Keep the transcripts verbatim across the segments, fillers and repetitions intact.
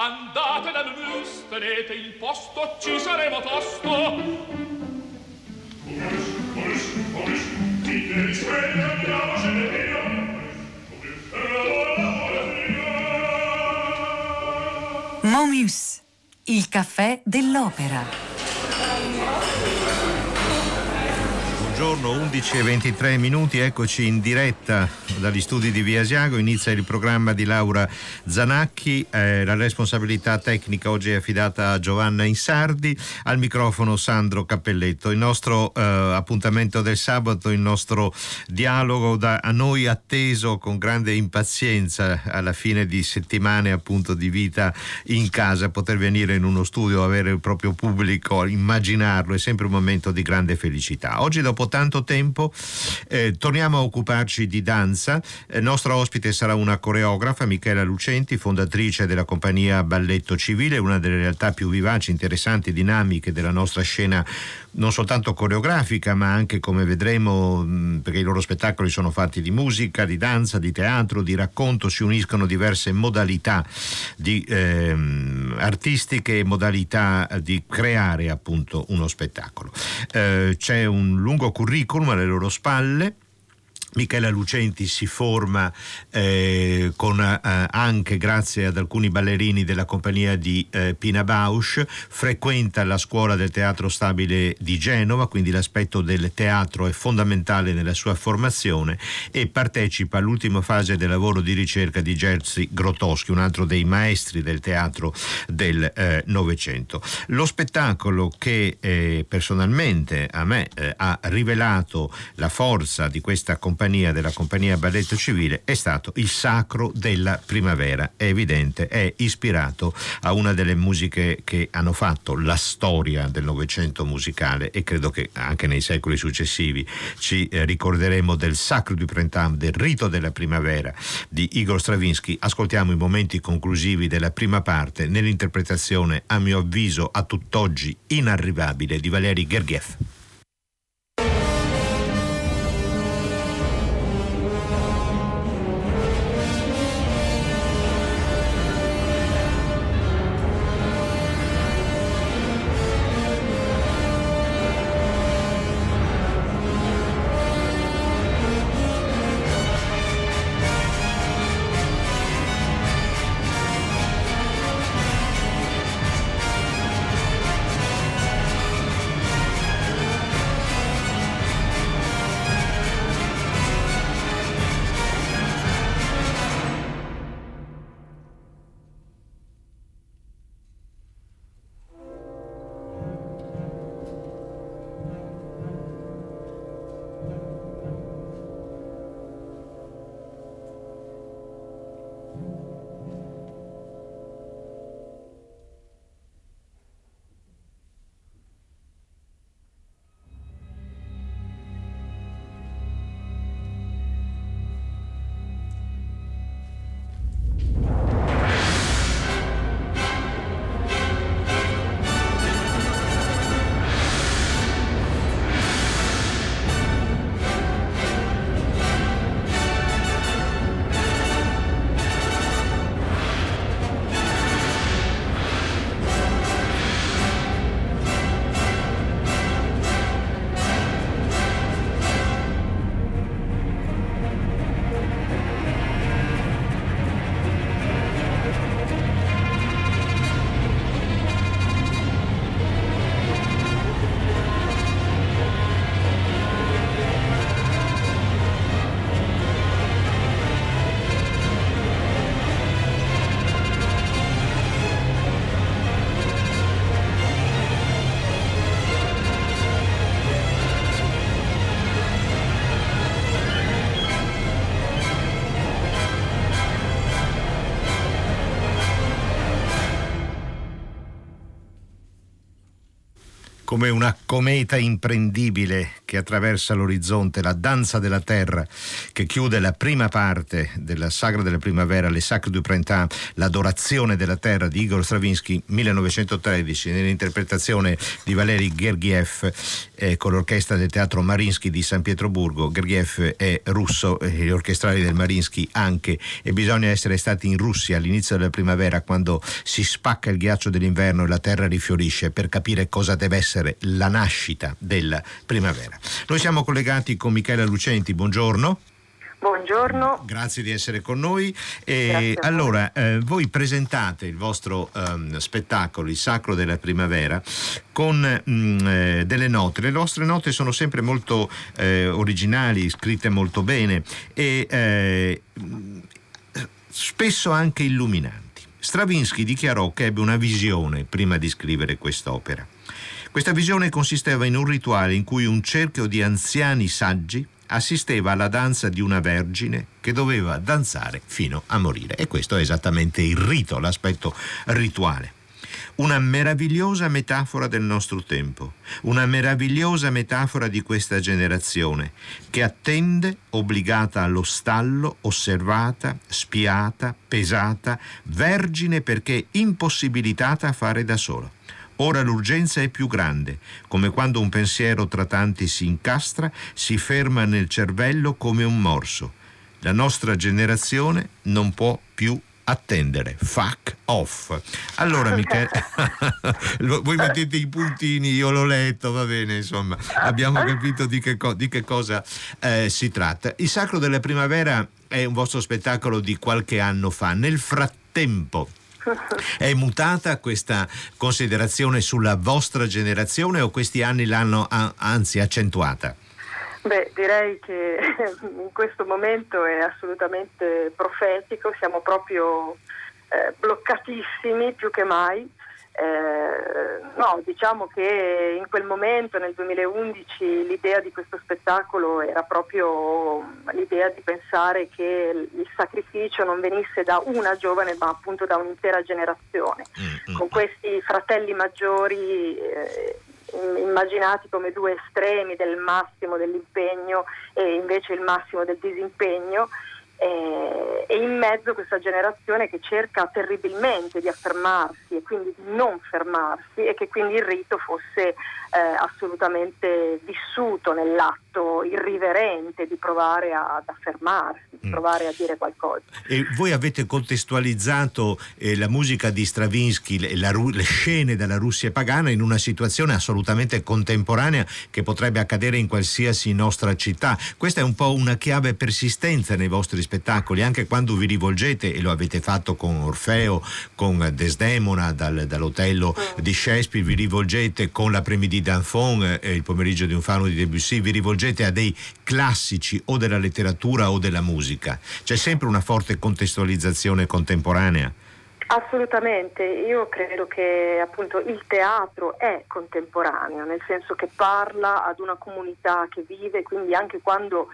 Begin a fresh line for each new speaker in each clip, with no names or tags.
andate dal mus, tenete il posto, ci saremo tosto. Oris, oris, oris, ti devi svegliare, andiamocene via.
Momus, il caffè dell'opera.
Buongiorno, undici e ventitré minuti, eccoci in diretta dagli studi di Via Asiago. Inizia il programma di Laura Zanacchi, eh, la responsabilità tecnica oggi è affidata a Giovanna Insardi, al microfono Sandro Cappelletto. Il nostro eh, appuntamento del sabato, il nostro dialogo da a noi atteso con grande impazienza alla fine di settimane appunto di vita in casa, poter venire in uno studio, avere il proprio pubblico, immaginarlo è sempre un momento di grande felicità. Oggi dopo tanto tempo eh, torniamo a occuparci di danza. Eh, nostra ospite sarà una coreografa, Michela Lucenti, fondatrice della compagnia Balletto Civile, una delle realtà più vivaci, interessanti, dinamiche della nostra scena, non soltanto coreografica ma anche, come vedremo, mh, perché i loro spettacoli sono fatti di musica, di danza, di teatro, di racconto, si uniscono diverse modalità di, ehm, artistiche e modalità di creare appunto uno spettacolo. Eh, c'è un lungo curriculum alle loro spalle. Michela Lucenti si forma eh, con, eh, anche grazie ad alcuni ballerini della compagnia di eh, Pina Bausch, frequenta la scuola del teatro stabile di Genova, quindi l'aspetto del teatro è fondamentale nella sua formazione, e partecipa all'ultima fase del lavoro di ricerca di Jerzy Grotowski, un altro dei maestri del teatro del eh, Novecento. Lo spettacolo che eh, personalmente a me eh, ha rivelato la forza di questa compagnia, della compagnia Balletto Civile, è stato Il Sacro della Primavera. È evidente, è ispirato a una delle musiche che hanno fatto la storia del Novecento musicale, e credo che anche nei secoli successivi ci eh, ricorderemo del Sacro du Printemps, del Rito della Primavera di Igor Stravinsky. Ascoltiamo i momenti conclusivi della prima parte nell'interpretazione, a mio avviso a tutt'oggi inarrivabile, di Valery Gergiev. come una cometa imprendibile che attraversa l'orizzonte, la danza della terra che chiude la prima parte della Sagra della Primavera, Le Sacre du Printemps, l'adorazione della terra di Igor Stravinsky, millenovecentotredici, nell'interpretazione di Valery Gergiev eh, con l'orchestra del Teatro Mariinsky di San Pietroburgo. Gergiev è russo, eh, gli orchestrali del Mariinsky anche, e bisogna essere stati in Russia all'inizio della primavera, quando si spacca il ghiaccio dell'inverno e la terra rifiorisce, per capire cosa deve essere la nascita della primavera. Noi siamo collegati con Michela Lucenti, buongiorno.
Buongiorno.
Grazie di essere con noi. E allora, eh, voi presentate il vostro um, spettacolo, Il Sacro della Primavera, con mh, eh, delle note. Le vostre note sono sempre molto eh, originali, scritte molto bene e eh, spesso anche illuminanti. Stravinsky dichiarò che ebbe una visione prima di scrivere quest'opera. Questa visione consisteva in un rituale in cui un cerchio di anziani saggi assisteva alla danza di una vergine che doveva danzare fino a morire. E questo è esattamente il rito, l'aspetto rituale. Una meravigliosa metafora del nostro tempo, una meravigliosa metafora di questa generazione che attende, obbligata allo stallo, osservata, spiata, pesata, vergine perché impossibilitata a fare da sola. Ora l'urgenza è più grande, come quando un pensiero tra tanti si incastra, si ferma nel cervello come un morso. La nostra generazione non può più attendere. Fuck off. Allora, Michele, voi mettete i puntini, io l'ho letto, va bene, insomma, abbiamo capito di che, co- di che cosa eh, si tratta. Il Sacro della Primavera è un vostro spettacolo di qualche anno fa. Nel frattempo, è mutata questa considerazione sulla vostra generazione o questi anni l'hanno anzi accentuata?
Beh, direi che in questo momento è assolutamente profetico, siamo proprio eh, bloccatissimi più che mai. Eh, no, diciamo che in quel momento, nel duemilaundici, l'idea di questo spettacolo era proprio l'idea di pensare che il sacrificio non venisse da una giovane ma appunto da un'intera generazione, mm-hmm. con questi fratelli maggiori eh, immaginati come due estremi del massimo dell'impegno e invece il massimo del disimpegno. E, e in mezzo questa generazione che cerca terribilmente di affermarsi e quindi di non fermarsi, e che quindi il rito fosse eh, assolutamente vissuto nell'atto irriverente di provare ad affermarsi, di provare a dire qualcosa.
E voi avete contestualizzato eh, la musica di Stravinsky, le, la, le scene della Russia pagana, in una situazione assolutamente contemporanea che potrebbe accadere in qualsiasi nostra città. Questa è un po' una chiave persistenza nei vostri spettacoli, anche quando vi rivolgete, e lo avete fatto con Orfeo, con Desdemona dal, dall'Otello mm. di Shakespeare, vi rivolgete con la Premidi d'Enfant, eh, il pomeriggio di un fauno di Debussy, vi rivolgete a dei classici o della letteratura o della musica. C'è sempre una forte contestualizzazione contemporanea.
Assolutamente, io credo che appunto il teatro è contemporaneo, nel senso che parla ad una comunità che vive, quindi anche quando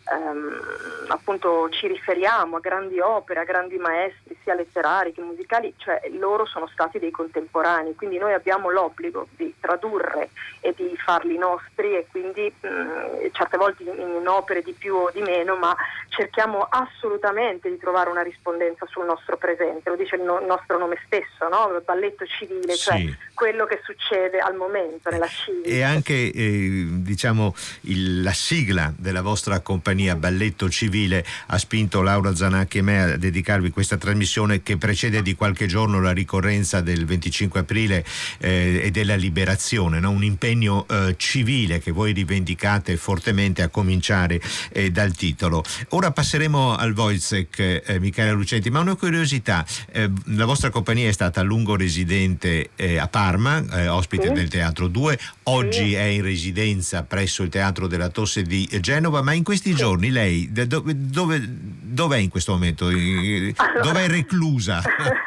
ehm, appunto ci riferiamo a grandi opere, a grandi maestri sia letterari che musicali, cioè loro sono stati dei contemporanei, quindi noi abbiamo l'obbligo di tradurre e di farli nostri, e quindi mh, certe volte in, in opere di più o di meno, ma cerchiamo assolutamente di trovare una rispondenza sul nostro presente, lo dice il, no, il nostro nome stesso, no? Il balletto civile,
sì.
Cioè quello che succede al momento nella Civile.
E anche eh, diciamo il, la sigla della vostra compagnia Balletto Civile ha spinto Laura Zanacchi e me a dedicarvi questa trasmissione, che precede di qualche giorno la ricorrenza del venticinque aprile eh, e della liberazione, no? Un impegno eh, civile che voi rivendicate fortemente, a cominciare eh, dal titolo. Ora passeremo al Wojciech, eh, Michela Lucenti, ma una curiosità, eh, la vostra compagnia è stata a lungo residente eh, a Parma, eh, ospite sì. del Teatro due, oggi sì. è in residenza presso il Teatro della Tosse di Genova, ma in questi sì. giorni lei dove, dove, dov'è in questo momento?
Allora,
dov'è reclusa?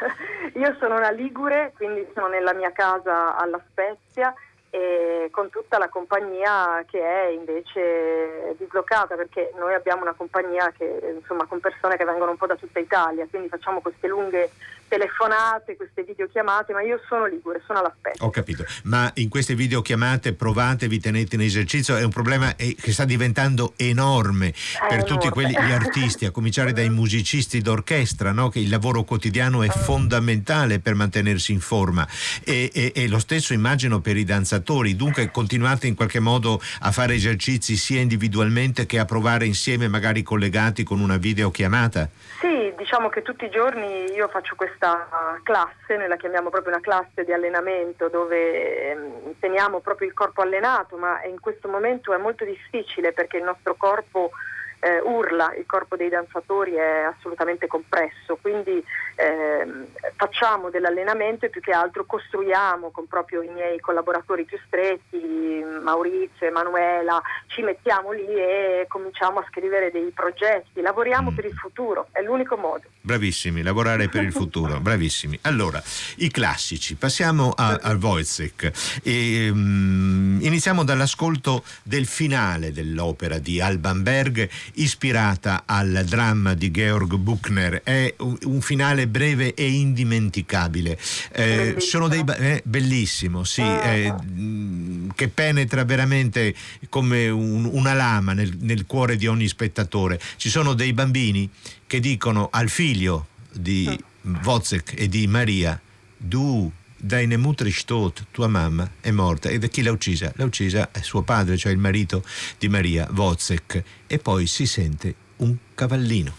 Io sono una ligure, quindi sono nella mia casa alla Spezia, e con tutta la compagnia che è invece dislocata, perché noi abbiamo una compagnia che insomma con persone che vengono un po' da tutta Italia, quindi facciamo queste lunghe telefonate, queste videochiamate, ma io sono ligure, sono all'aspetto.
Ho capito, ma in queste videochiamate provate, vi tenete in esercizio, è un problema che sta diventando enorme
È
per tutti
enorme.
quelli, gli artisti, a cominciare dai musicisti d'orchestra, no? Che il lavoro quotidiano è fondamentale per mantenersi in forma, e, e, e lo stesso immagino per i danzatori. Dunque continuate in qualche modo a fare esercizi sia individualmente che a provare insieme, magari collegati con una videochiamata?
Sì, diciamo che tutti i giorni io faccio questa classe, noi la chiamiamo proprio una classe di allenamento, dove ehm, teniamo proprio il corpo allenato, ma in questo momento è molto difficile perché il nostro corpo eh, urla, il corpo dei danzatori è assolutamente compresso, quindi ehm, facciamo dell'allenamento e più che altro costruiamo con proprio i miei collaboratori più stretti, Maurizio, Emanuela, ci mettiamo lì e cominciamo a scrivere dei progetti, lavoriamo
Mm.
per il futuro, è l'unico modo.
Bravissimi, lavorare per il futuro, bravissimi. Allora, i classici, passiamo a, al Wojciech. E, um, iniziamo dall'ascolto del finale dell'opera di Alban Berg, ispirata al dramma di Georg Büchner. È un, un finale breve e indimenticabile. Eh, sono dei ba- eh, bellissimo, sì, eh, mh, che penetra veramente come un- una lama nel, nel cuore di ogni spettatore. Ci sono dei bambini che dicono al figlio di Wojciech e di Maria: du, deine Mutter ist tot, tua mamma è morta. E da chi l'ha uccisa? L'ha uccisa suo padre, cioè il marito di Maria, Wojciech. E poi si sente un cavallino.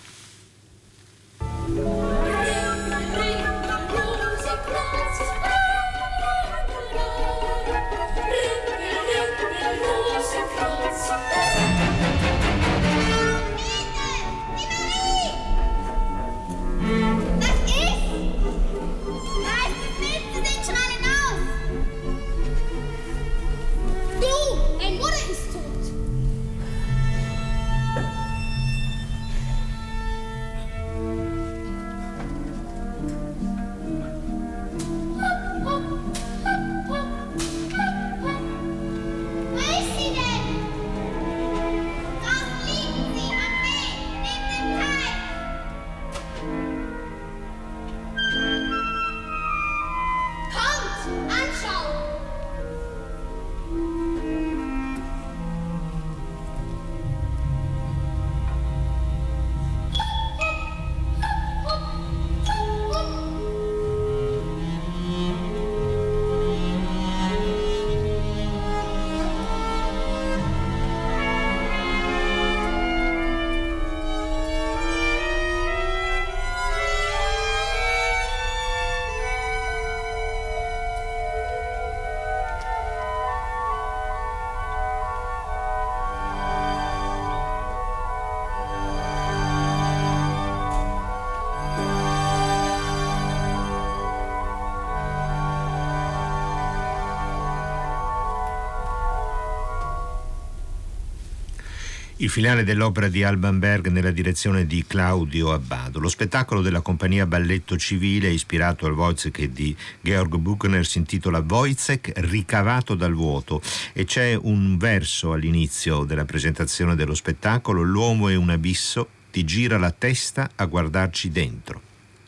Il finale dell'opera di Alban Berg nella direzione di Claudio Abbado. Lo spettacolo della compagnia Balletto Civile, ispirato al Wojciech di Georg Büchner, si intitola Wojciech ricavato dal vuoto, e c'è un verso all'inizio della presentazione dello spettacolo: l'uomo è un abisso, ti gira la testa a guardarci dentro.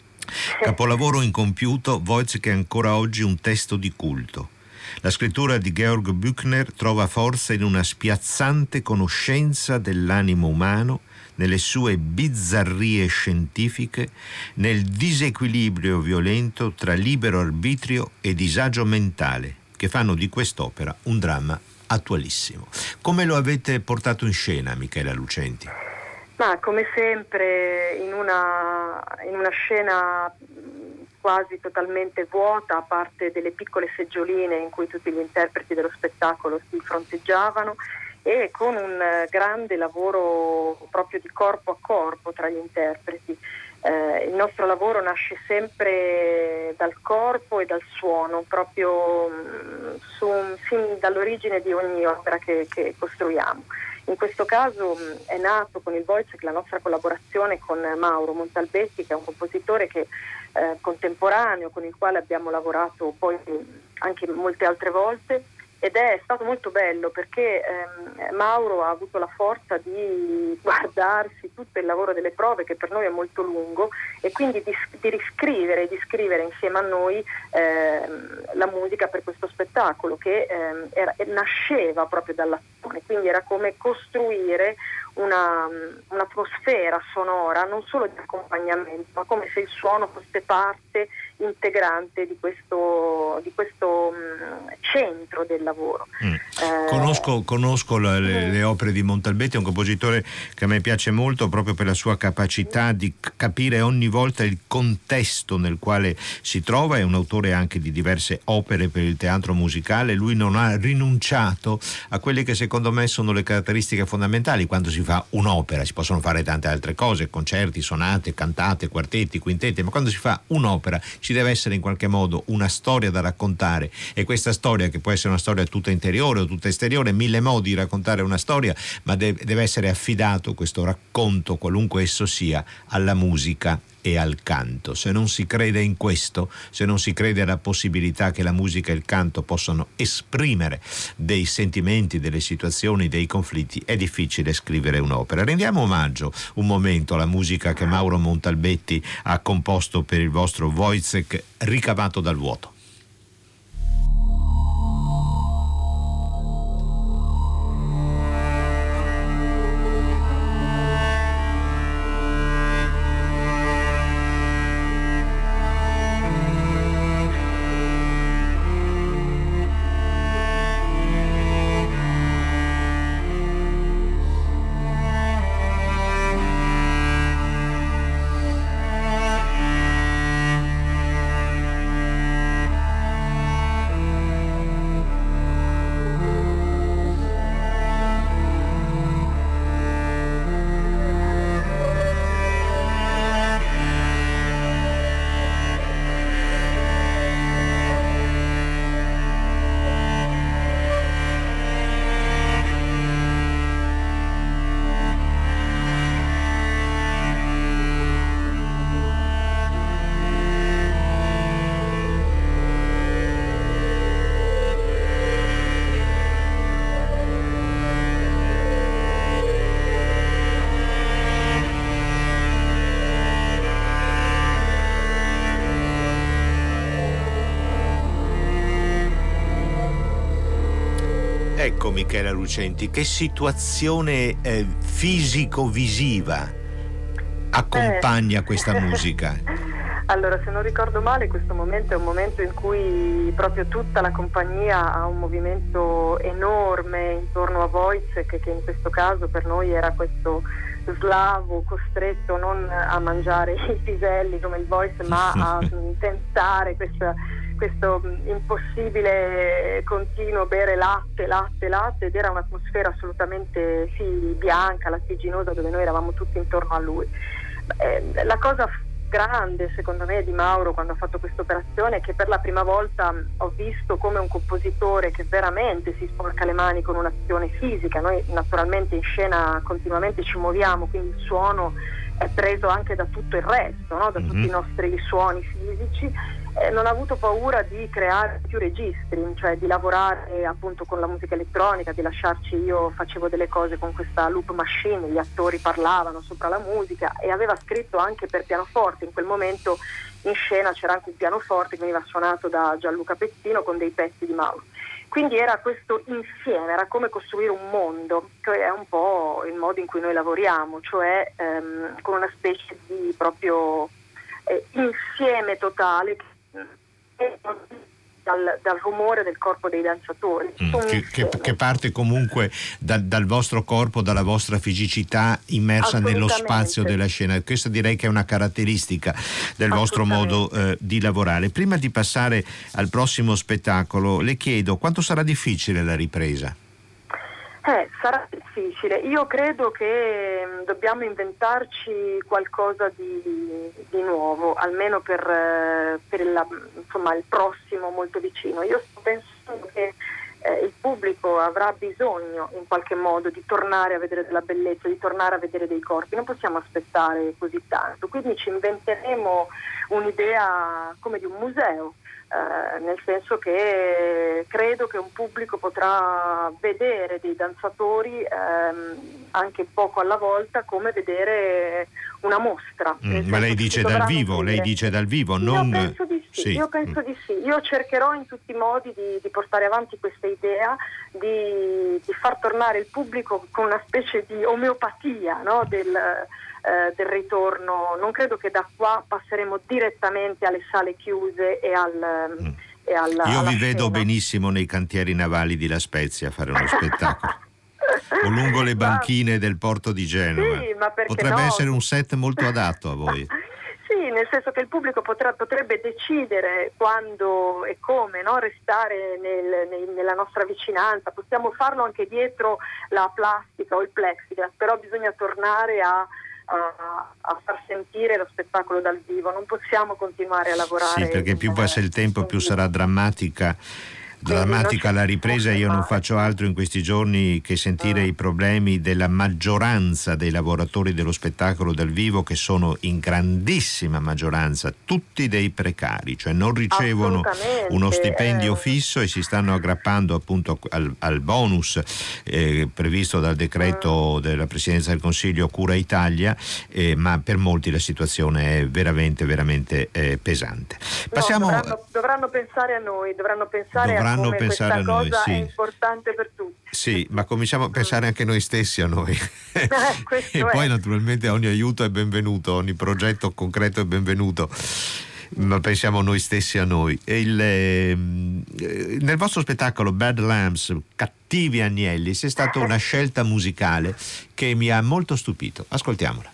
Capolavoro incompiuto, Wojciech è ancora oggi un testo di culto. La scrittura di Georg Büchner trova forza in una spiazzante conoscenza dell'animo umano, nelle sue bizzarrie scientifiche, nel disequilibrio violento tra libero arbitrio e disagio mentale, che fanno di quest'opera un dramma attualissimo. Come lo avete portato in scena, Michela Lucenti?
Ma come sempre in una, in una scena quasi totalmente vuota, a parte delle piccole seggioline in cui tutti gli interpreti dello spettacolo si fronteggiavano, e con un grande lavoro proprio di corpo a corpo tra gli interpreti. Eh, il nostro lavoro nasce sempre dal corpo e dal suono, proprio mh, su, fin dall'origine di ogni opera che, che costruiamo. In questo caso mh, è nato con il Wojciech la nostra collaborazione con Mauro Montalbetti, che è un compositore che eh, contemporaneo, con il quale abbiamo lavorato poi anche molte altre volte, ed è stato molto bello perché ehm, Mauro ha avuto la forza di guardarsi tutto il lavoro delle prove, che per noi è molto lungo, e quindi di, di riscrivere e di scrivere insieme a noi ehm, la musica per questo spettacolo che ehm, era, nasceva proprio dall'azione, quindi era come costruire una, un'atmosfera sonora non solo di accompagnamento, ma come se il suono fosse parte integrante di questo, di questo mh, centro del lavoro.
Mm.
Eh,
conosco conosco la, le,
mm.
le opere di Montalbetti, è un compositore che a me piace molto proprio per la sua capacità di c- capire ogni volta il contesto nel quale si trova. È un autore anche di diverse opere per il teatro musicale. Lui non ha rinunciato a quelle che secondo me sono le caratteristiche fondamentali quando si fa un'opera. Si possono fare tante altre cose, concerti, sonate, cantate, quartetti, quintetti, ma quando si fa un'opera ci deve essere in qualche modo una storia da raccontare, e questa storia, che può essere una storia tutta interiore o tutta esteriore, mille modi di raccontare una storia, ma deve, deve essere affidato questo racconto, qualunque esso sia, alla musica e al canto. Se non si crede in questo, se non si crede alla possibilità che la musica e il canto possano esprimere dei sentimenti, delle situazioni, dei conflitti, è difficile scrivere un'opera. Rendiamo omaggio un momento alla musica che Mauro Montalbetti ha composto per il vostro Wojciech, ricavato dal vuoto. Ecco Michela Lucenti, che situazione eh, fisico-visiva accompagna
eh.
questa musica?
Allora, se non ricordo male, questo momento è un momento in cui proprio tutta la compagnia ha un movimento enorme intorno a Wojciech, che in questo caso per noi era questo slavo costretto non a mangiare i piselli come il Wojciech, ma a tentare questa questo impossibile continuo bere latte, latte, latte, ed era un'atmosfera assolutamente sì, bianca, lattiginosa, dove noi eravamo tutti intorno a lui. Eh, la cosa grande secondo me di Mauro quando ha fatto questa operazione è che per la prima volta ho visto come un compositore che veramente si sporca le mani con un'azione fisica. Noi naturalmente in scena continuamente ci muoviamo, quindi il suono è preso anche da tutto il resto, no? Da mm-hmm. tutti i nostri suoni fisici. Eh, non ha avuto paura di creare più registri, cioè di lavorare appunto con la musica elettronica, di lasciarci, io facevo delle cose con questa loop machine, gli attori parlavano sopra la musica, e aveva scritto anche per pianoforte. In quel momento in scena c'era anche un pianoforte che veniva suonato da Gianluca Pezzino con dei pezzi di Mauro. Quindi era questo insieme, era come costruire un mondo, che è un po' il modo in cui noi lavoriamo, cioè ehm, con una specie di proprio eh, insieme totale Dal, dal rumore del corpo dei danzatori,
mm, che, che, che parte comunque dal, dal vostro corpo, dalla vostra fisicità immersa nello spazio della scena. Questa direi che è una caratteristica del vostro modo eh, di lavorare. Prima di passare al prossimo spettacolo, le chiedo quanto sarà difficile la ripresa?
Eh, sarà difficile. Io credo che mh, dobbiamo inventarci qualcosa di, di nuovo, almeno per, eh, per la, insomma, il prossimo molto vicino. Io sto pensando che eh, il pubblico avrà bisogno in qualche modo di tornare a vedere della bellezza, di tornare a vedere dei corpi. Non possiamo aspettare così tanto, quindi ci inventeremo un'idea come di un museo, eh, nel senso che credo che un pubblico potrà vedere dei danzatori ehm, anche poco alla volta come vedere una mostra.
Mm, ma lei dice dal vivo, lei dice dal vivo, non...
Io penso di sì,
sì.
io penso
mm.
di sì. Io cercherò in tutti i modi di, di portare avanti questa idea, di, di far tornare il pubblico con una specie di omeopatia, no? del, eh, del ritorno. Non credo che da qua passeremo direttamente alle sale chiuse e al...
Mm.
e alla,
Io
alla
vi vedo
scena.
benissimo nei cantieri navali di La Spezia a fare uno spettacolo. O lungo le banchine del porto di Genova.
Sì, ma perché
potrebbe
no?
essere un set molto adatto a voi.
Sì, nel senso che il pubblico potrà, potrebbe decidere quando e come, no, restare nel, nel, nella nostra vicinanza. Possiamo farlo anche dietro la plastica o il plexiglass, però bisogna tornare a, a, a far sentire lo spettacolo dal vivo. Non possiamo continuare a lavorare.
Sì, perché più
in,
passa il tempo più sarà drammatica. Drammatica la ripresa. Io non faccio altro in questi giorni che sentire i problemi della maggioranza dei lavoratori dello spettacolo dal vivo, che sono in grandissima maggioranza tutti dei precari, cioè non ricevono uno stipendio
eh.
fisso e si stanno aggrappando appunto al, al bonus eh, previsto dal decreto mm. della Presidenza del Consiglio Cura Italia, eh, ma per molti la situazione è veramente veramente eh, pesante. Passiamo...
No, dovranno, dovranno pensare a noi, dovranno pensare
Dovranno
a come
pensare
questa
a noi,
cosa
sì.
è importante per tutti.
Sì, ma cominciamo a pensare anche noi stessi a noi.
Eh,
e poi naturalmente ogni aiuto è benvenuto, ogni progetto concreto è benvenuto, ma pensiamo noi stessi a noi. E il, eh, nel vostro spettacolo Bad Lambs, Cattivi Agnelli, c'è stata una scelta musicale che mi ha molto stupito. Ascoltiamola.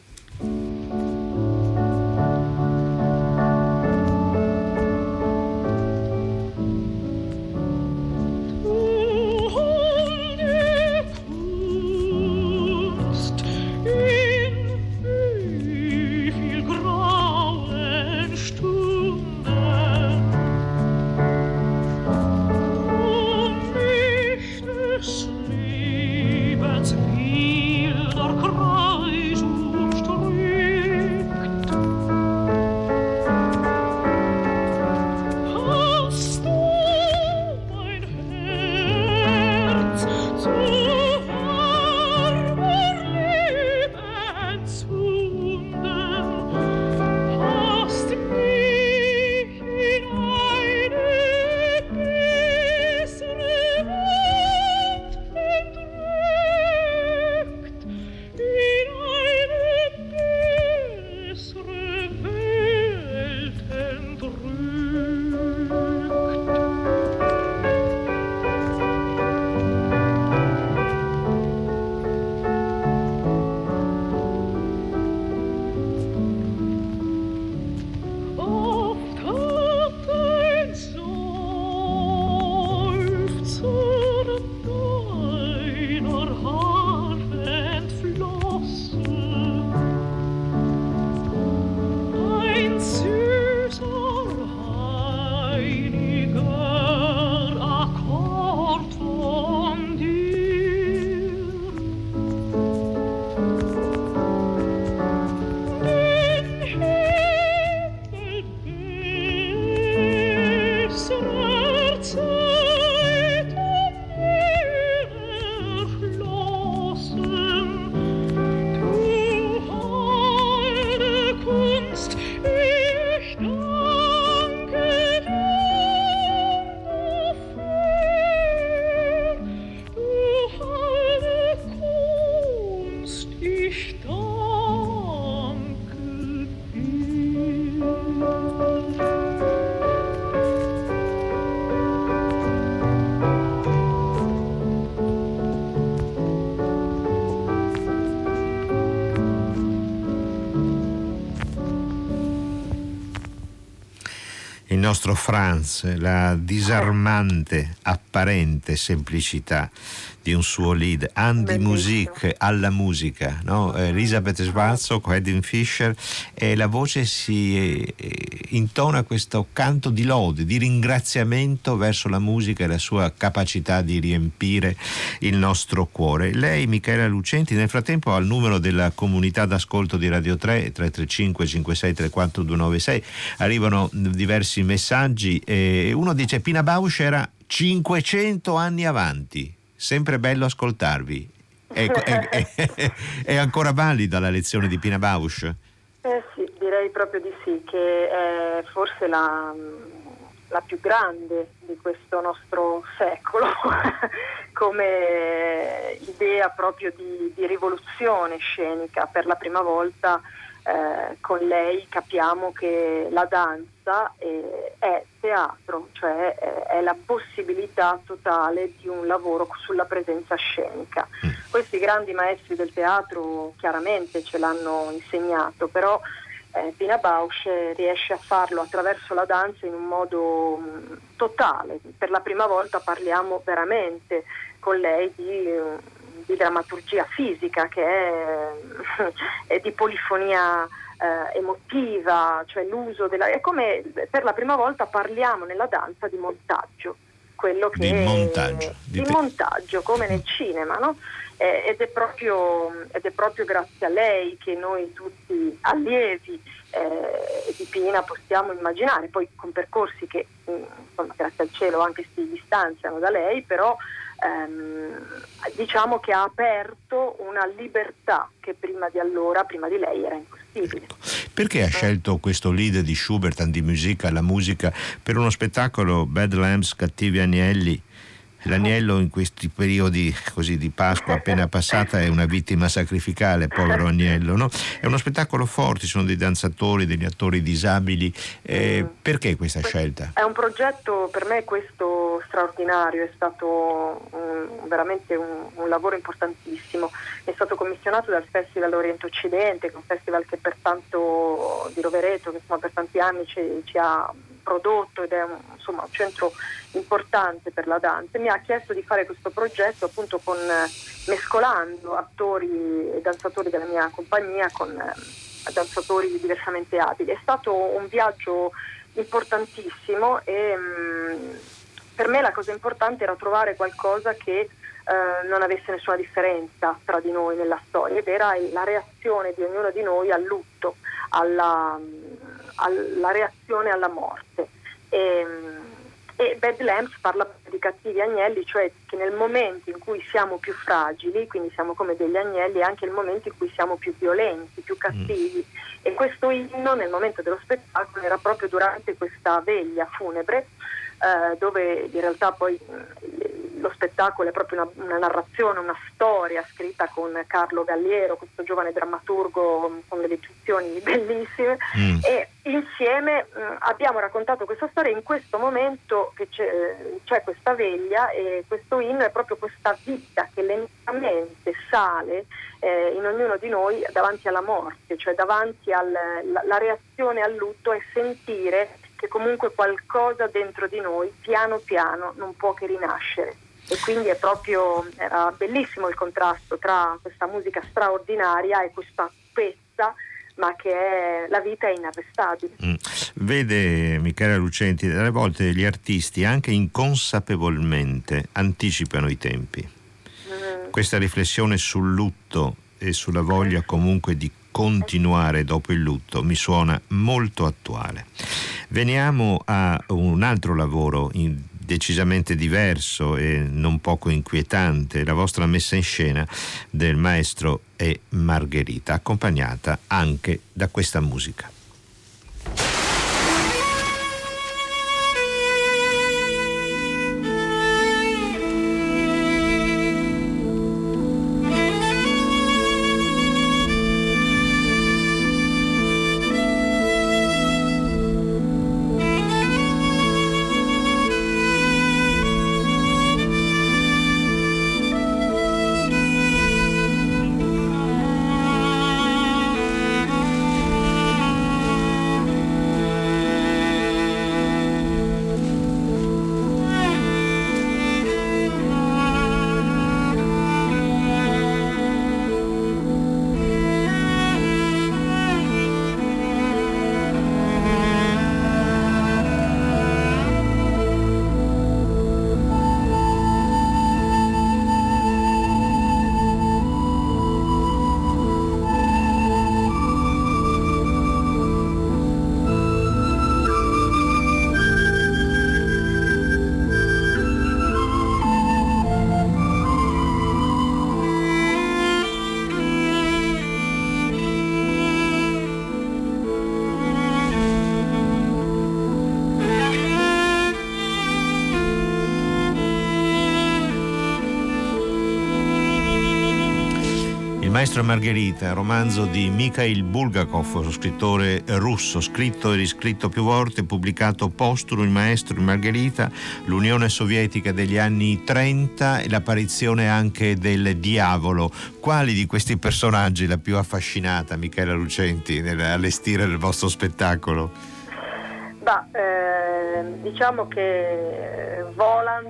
Il nostro Franz, la disarmante, apparente semplicità di un suo lead, an die Musik, alla musica, no? Elisabeth Schwarzkopf, Edwin Fischer, e la voce si eh, intona questo canto di lode, di ringraziamento verso la musica e la sua capacità di riempire il nostro cuore. Lei, Michaela Lucenti, nel frattempo al numero della comunità d'ascolto di Radio tre, tre tre cinque cinque sei tre quattro due nove sei, arrivano diversi messaggi, e uno dice: Pina Bausch era cinquecento anni avanti, sempre bello ascoltarvi. È, è, è, è ancora valida la lezione di Pina Bausch?
Eh sì, direi proprio di sì, che è forse la, la più grande di questo nostro secolo come idea proprio di, di rivoluzione scenica. Per la prima volta eh, con lei capiamo che la danza è, è teatro, cioè è, è la possibilità totale di un lavoro sulla presenza scenica. Questi grandi maestri del teatro chiaramente ce l'hanno insegnato, però eh, Pina Bausch riesce a farlo attraverso la danza in un modo mh, totale. Per la prima volta parliamo veramente con lei di, di drammaturgia fisica, che è, è di polifonia eh, emotiva, cioè l'uso della... È come per la prima volta parliamo nella danza di montaggio, quello che
di montaggio,
di,
di
di montaggio, come nel cinema, no? Eh, ed, è proprio, ed è proprio grazie a lei che noi tutti allievi eh, di Pina possiamo immaginare, poi con percorsi che insomma, grazie al cielo anche si distanziano da lei, però ehm, diciamo che ha aperto una libertà che prima di allora, prima di lei, era impossibile.
Perché ha scelto questo lead di Schubert, di musica, la musica, per uno spettacolo Bad Lambs, Cattivi Agnelli? L'agnello in questi periodi così di Pasqua appena passata è una vittima sacrificale, povero agnello, no? È uno spettacolo forte, ci sono dei danzatori, degli attori disabili. Eh, mm. Perché questa scelta?
È un progetto, per me questo straordinario, è stato un, veramente un, un lavoro importantissimo. È stato commissionato dal Festival Oriente Occidente, che è un festival che per tanto di Rovereto, che insomma per tanti anni ci, ci ha prodotto ed è un, insomma, un centro importante per la danza. Mi ha chiesto di fare questo progetto appunto con mescolando attori e danzatori della mia compagnia con eh, danzatori diversamente abili. È stato un viaggio importantissimo e mh, per me la cosa importante era trovare qualcosa che eh, non avesse nessuna differenza tra di noi nella storia, ed era la reazione di ognuno di noi al lutto, alla, alla reazione alla morte. E, e Bad Lambs parla di cattivi agnelli, cioè che nel momento in cui siamo più fragili, quindi siamo come degli agnelli, è anche il momento in cui siamo più violenti, più cattivi. Mm. E questo inno nel momento dello spettacolo era proprio durante questa veglia funebre, eh, dove in realtà poi lo spettacolo è proprio una, una narrazione, una storia scritta con Carlo Galliero, questo giovane drammaturgo con delle intuizioni bellissime, mm. e insieme mh, abbiamo raccontato questa storia in questo momento che c'è, c'è questa veglia, e questo inno è proprio questa vita che lentamente sale eh, in ognuno di noi davanti alla morte, cioè davanti alla reazione al lutto, e sentire che comunque qualcosa dentro di noi piano piano non può che rinascere. E quindi è proprio, era bellissimo il contrasto tra questa musica straordinaria e questa pezza, ma che è, la vita è inarrestabile. Mm.
Vede Michela Lucenti, alle volte gli artisti anche inconsapevolmente anticipano i tempi. Mm. Questa riflessione sul lutto e sulla voglia comunque di continuare dopo il lutto mi suona molto attuale. Veniamo a un altro lavoro in decisamente diverso e non poco inquietante, la vostra messa in scena del Maestro e Margherita, accompagnata anche da questa musica. Maestro e Margherita, romanzo di Mikhail Bulgakov, scrittore russo, scritto e riscritto più volte, pubblicato postumo. Il Maestro e Margherita, l'Unione Sovietica degli anni trenta e l'apparizione anche del diavolo. Quali di questi personaggi la più affascinata, Michela Lucenti, nell'allestire il vostro spettacolo?
Bah, eh, diciamo che Voland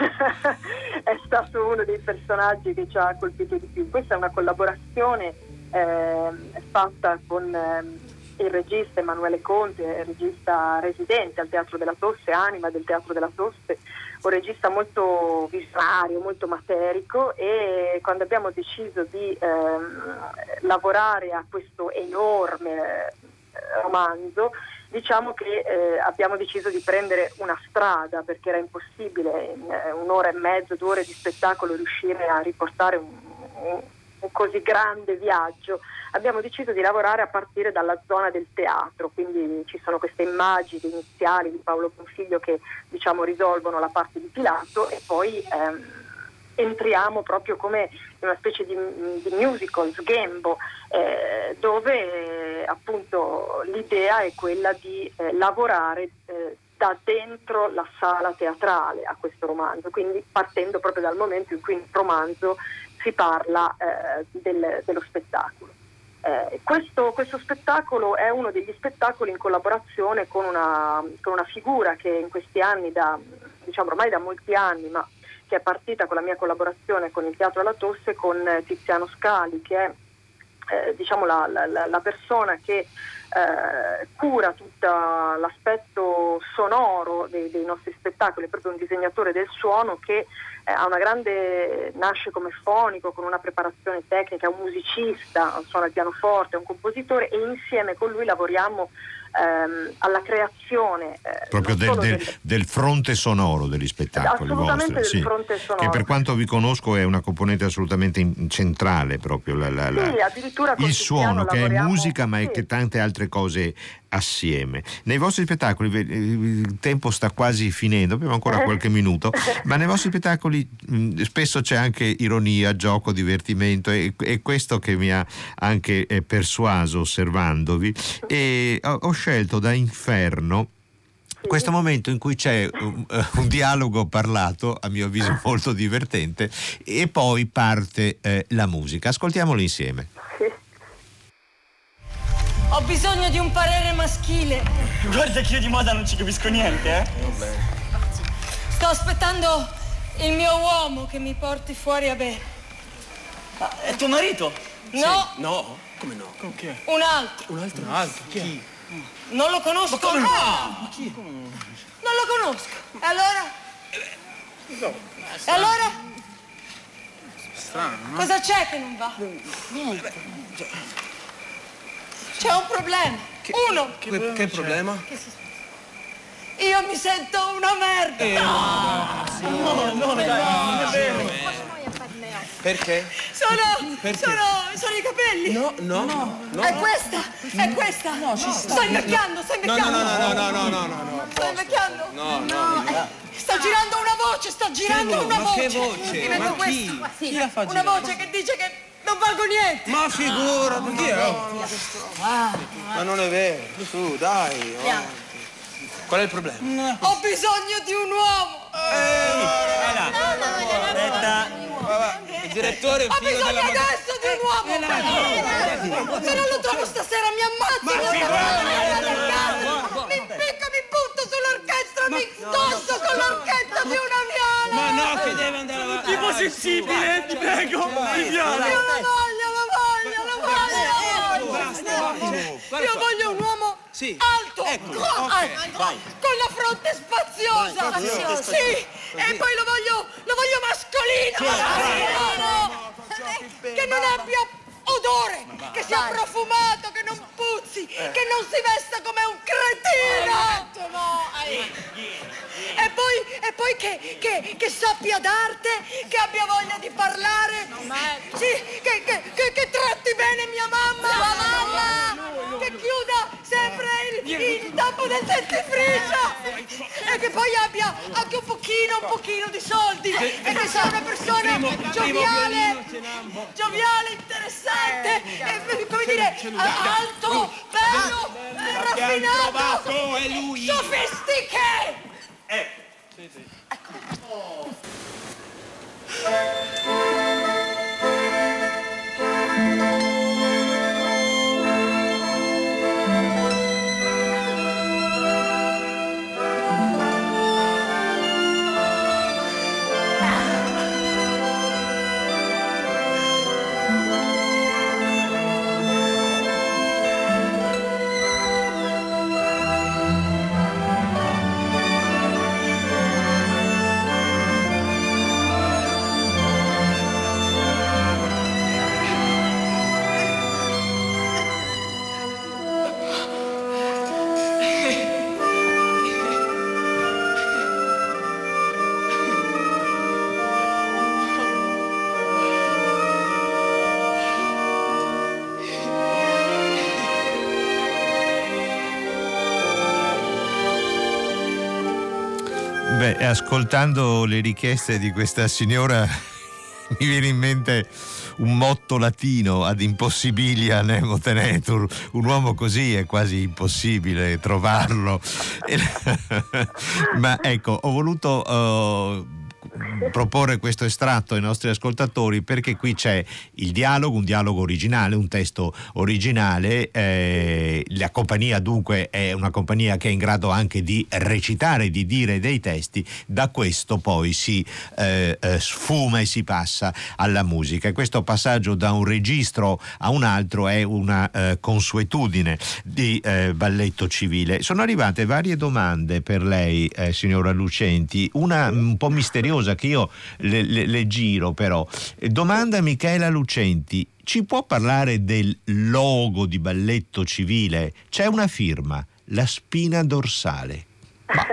è stato uno dei personaggi che ci ha colpito di più. Questa è una collaborazione eh, fatta con eh, il regista Emanuele Conte, regista residente al Teatro della Tosse, anima del Teatro della Tosse, un regista molto visionario, molto materico, e quando abbiamo deciso di eh, lavorare a questo enorme eh, romanzo, diciamo che eh, abbiamo deciso di prendere una strada, perché era impossibile in eh, un'ora e mezzo, due ore di spettacolo riuscire a riportare un, un, un così grande viaggio. Abbiamo deciso di lavorare a partire dalla zona del teatro, quindi ci sono queste immagini iniziali di Paolo Bonfiglio che, diciamo, risolvono la parte di Pilato, e poi ehm, entriamo proprio come in una specie di, di musical, sghembo, eh, dove eh, appunto l'idea è quella di eh, lavorare eh, da dentro la sala teatrale a questo romanzo, quindi partendo proprio dal momento in cui nel romanzo si parla eh, del, dello spettacolo. Eh, questo, questo spettacolo è uno degli spettacoli in collaborazione con una, con una figura che in questi anni, da, diciamo ormai da molti anni, ma che è partita con la mia collaborazione con il Teatro alla Tosse, con Tiziano Scali, che è eh, diciamo la, la, la persona che eh, cura tutto l'aspetto sonoro dei, dei nostri spettacoli, è proprio un disegnatore del suono che eh, ha una grande, nasce come fonico, con una preparazione tecnica, è un musicista, suona il pianoforte, è un compositore, e insieme con lui lavoriamo ehm, alla creazione eh,
proprio del, del,
del,
del fronte sonoro degli spettacoli
assolutamente
vostri,
del
sì,
fronte sonoro,
che per quanto vi conosco è una componente assolutamente in, centrale, proprio la, la, la,
sì, addirittura
il suono che è musica, ma
sì,
è che tante altre cose assieme. Nei vostri spettacoli, il tempo sta quasi finendo, abbiamo ancora qualche minuto, ma nei vostri spettacoli mh, spesso c'è anche ironia, gioco, divertimento, e, e questo che mi ha anche eh, persuaso osservandovi, e ho, ho scelto da Inferno questo momento in cui c'è un, uh, un dialogo parlato, a mio avviso molto divertente, e poi parte eh, la musica. Ascoltiamolo insieme.
Ho bisogno di un parere maschile.
Guarda che io di moda non ci capisco niente, eh? Vabbè.
Sto aspettando il mio uomo che mi porti fuori a bere.
Ma è tuo marito?
No.
Sì. No? Come no? Con chi è?
Un altro.
Un altro? Un altro? Chi? Chi?
Non lo conosco.
Ma come no? Ma chi?
Non lo conosco. E allora?
No.
E allora?
Strano, no?
Cosa c'è che non va?
Niente.
C'è un problema.
Che,
Uno.
Che, che, che problema?
Io mi sento una merda.
Eh, no, sì. no, no, no, dai, non è vero. Perché?
Sono,
Perché?
sono, sono i capelli.
No, no, no. no
è questa, è questa. No, ci sta. Sto invecchiando, sto invecchiando.
No, no, no, no, no, no, no, no.
Sto invecchiando.
No, no. no.
Sta girando una voce, sta girando
che
una
ma
voce.
Che voce?
Ma
chi?
Sì,
chi la fa
una
girare?
voce che dice che non valgo niente.
Ma figurati, chi è? Ma non è vero. Su, dai. Oh. Qual è il problema?
No. Ho bisogno di un uomo.
Il direttore è
Ho
figlio
bisogno
della
adesso di un uomo. Se non lo trovo stasera mi ammazzo. Mi impicco, mi butto sull'orchestra, mi stosso con l'orchestra di una viola.
Ma no, che deve andare avanti.
Tipo sensibile, ti prego, di viola.
Io lo voglio, lo voglio, lo voglio.
Basta, basta.
Io voglio un uomo
Sì.
alto,
Ecco,
con,
ok, vai.
con la fronte spaziosa.
Vai, spaziosa.
Sì, e poi lo voglio, lo voglio mascolino, mascolino, che non abbia odore, che sia profumato, che non puzzi, che non si vesta come un cretino. E poi, e poi che, che, che sappia d'arte, che abbia voglia di parlare, sì, che, che, che, che tratti bene mia mamma, mia mamma, che chiuda sempre il, il tappo del dentifricio e che poi abbia anche un pochino, un pochino di soldi e che sia una persona gioviale, gioviale, interessante, e, come dire, alto, bello, raffinato,
è lui.
Sophisticated.
Eh. Sì, sì.
Beh, ascoltando le richieste di questa signora mi viene in mente un motto latino: ad impossibilia nemo tenetur. Un uomo così è quasi impossibile trovarlo. Ma ecco, ho voluto uh, proporre questo estratto ai nostri ascoltatori perché qui c'è il dialogo, un dialogo originale, un testo originale, eh, la compagnia dunque è una compagnia che è in grado anche di recitare, di dire dei testi. Da questo poi si eh, eh, sfuma e si passa alla musica, e questo passaggio da un registro a un altro è una eh, consuetudine di eh, balletto civile. Sono arrivate varie domande per lei, eh, signora Lucenti, una un po' misteriosa che io le, le, le giro però. Domanda Michela Lucenti: ci può parlare del logo di balletto civile? C'è una firma, la spina dorsale. Ma...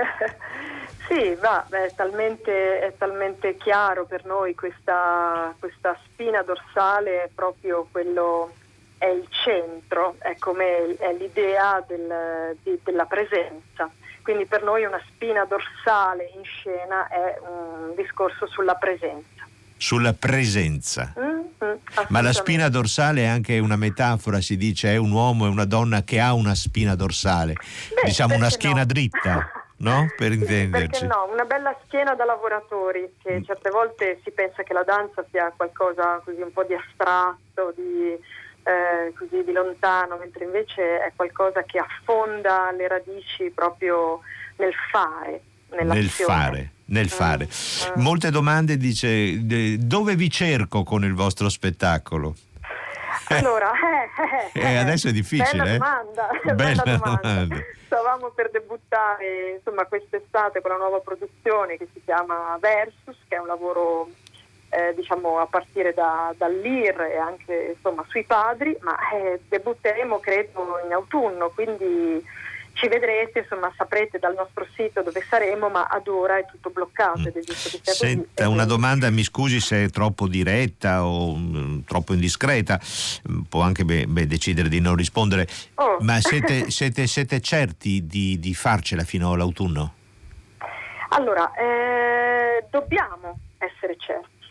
Sì, va, beh, è talmente, è talmente chiaro per noi questa, questa spina dorsale, è proprio quello, è il centro, è come è l'idea del, di, della presenza. Quindi per noi una spina dorsale in scena è un discorso sulla presenza. Sulla presenza. Mm-hmm,
ma la spina dorsale è anche una metafora, si dice, è un uomo e una donna che ha una spina dorsale. Beh, diciamo una schiena no? dritta. No? Per intenderci.
Perché no? Una bella schiena da lavoratori, che certe volte si pensa che la danza sia qualcosa così un po' di astratto, di, eh, così di lontano, mentre invece è qualcosa che affonda le radici proprio nel fare, nell'azione.
Nel fare. Nel fare. Mm. Molte domande, dice, dove vi cerco con il vostro spettacolo?
Allora, eh, eh,
eh, adesso è difficile.
Bella
eh?
domanda.
Bella,
bella domanda.
domanda.
Stavamo per debuttare, insomma, quest'estate con la nuova produzione che si chiama Versus, che è un lavoro eh, diciamo a partire da, dall'I R e anche insomma sui padri, ma eh, debutteremo credo in autunno, quindi ci vedrete, insomma saprete dal nostro sito dove saremo, ma ad ora è tutto bloccato ed è giusto che sia così.
Senta, una domanda, mi scusi se è troppo diretta o mh, troppo indiscreta, può anche beh, beh, decidere di non rispondere, oh. ma siete, siete, siete certi di, di farcela fino all'autunno?
Allora, eh, dobbiamo essere certi,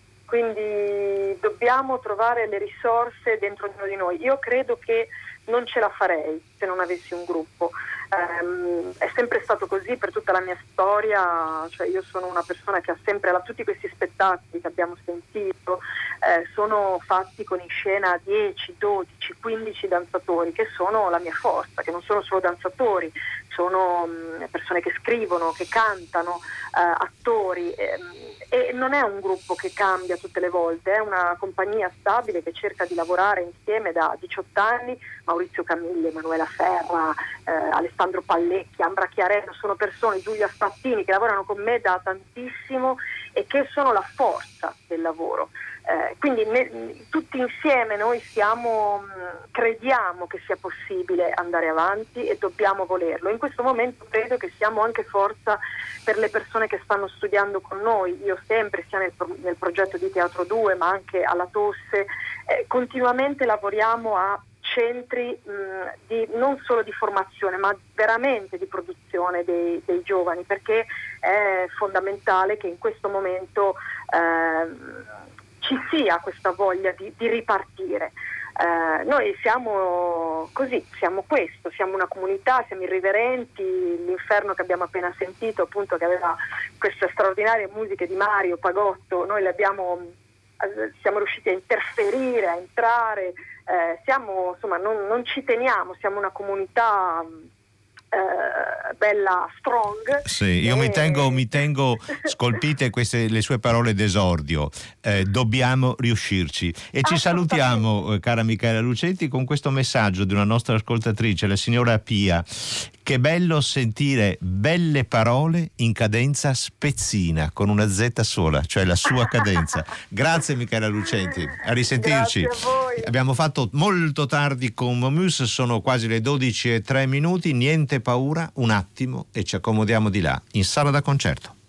quindi dobbiamo trovare le risorse dentro di noi. Io credo che non ce la farei se non avessi un gruppo. Um, è sempre stato così per tutta la mia storia, cioè io sono una persona che ha sempre, tutti questi spettacoli che abbiamo sentito eh, sono fatti con in scena dieci, dodici, quindici danzatori che sono la mia forza, che non sono solo danzatori, sono um, persone che scrivono, che cantano, uh, attori, ehm, e non è un gruppo che cambia tutte le volte, è una compagnia stabile che cerca di lavorare insieme da diciotto anni. Maurizio Camilli, Emanuela Serra, eh, Alessandro Pallecchi, Ambra Chiarello, sono persone, Giulia Spattini, che lavorano con me da tantissimo e che sono la forza del lavoro. Eh, quindi ne, tutti insieme noi siamo, mh, crediamo che sia possibile andare avanti e dobbiamo volerlo. In questo momento credo che siamo anche forza per le persone che stanno studiando con noi. Io sempre, sia nel, pro, nel progetto di Teatro due ma anche alla Tosse, eh, continuamente lavoriamo a centri mh, di, non solo di formazione ma veramente di produzione dei, dei giovani, perché è fondamentale che in questo momento eh, ci sia questa voglia di, di ripartire. Eh, noi siamo così, siamo questo, siamo una comunità, siamo irriverenti. L'Inferno che abbiamo appena sentito, appunto, che aveva queste straordinarie musiche di Mario Pagotto, noi le abbiamo, siamo riusciti a interferire, a entrare, eh, siamo, insomma, non, non ci teniamo, siamo una comunità eh, bella strong.
Sì, io
e...
mi tengo, mi tengo scolpite queste le sue parole d'esordio. Eh, dobbiamo riuscirci. E ci salutiamo, eh, cara Micaela Lucenti, con questo messaggio di una nostra ascoltatrice, la signora Pia. Che bello sentire belle parole in cadenza spezzina, con una Z sola, cioè la sua cadenza. Grazie Micaela Lucenti, a risentirci.
Grazie a voi.
Abbiamo fatto molto tardi con Momus, sono quasi le dodici e tre minuti, niente paura, un attimo e ci accomodiamo di là, in sala da concerto.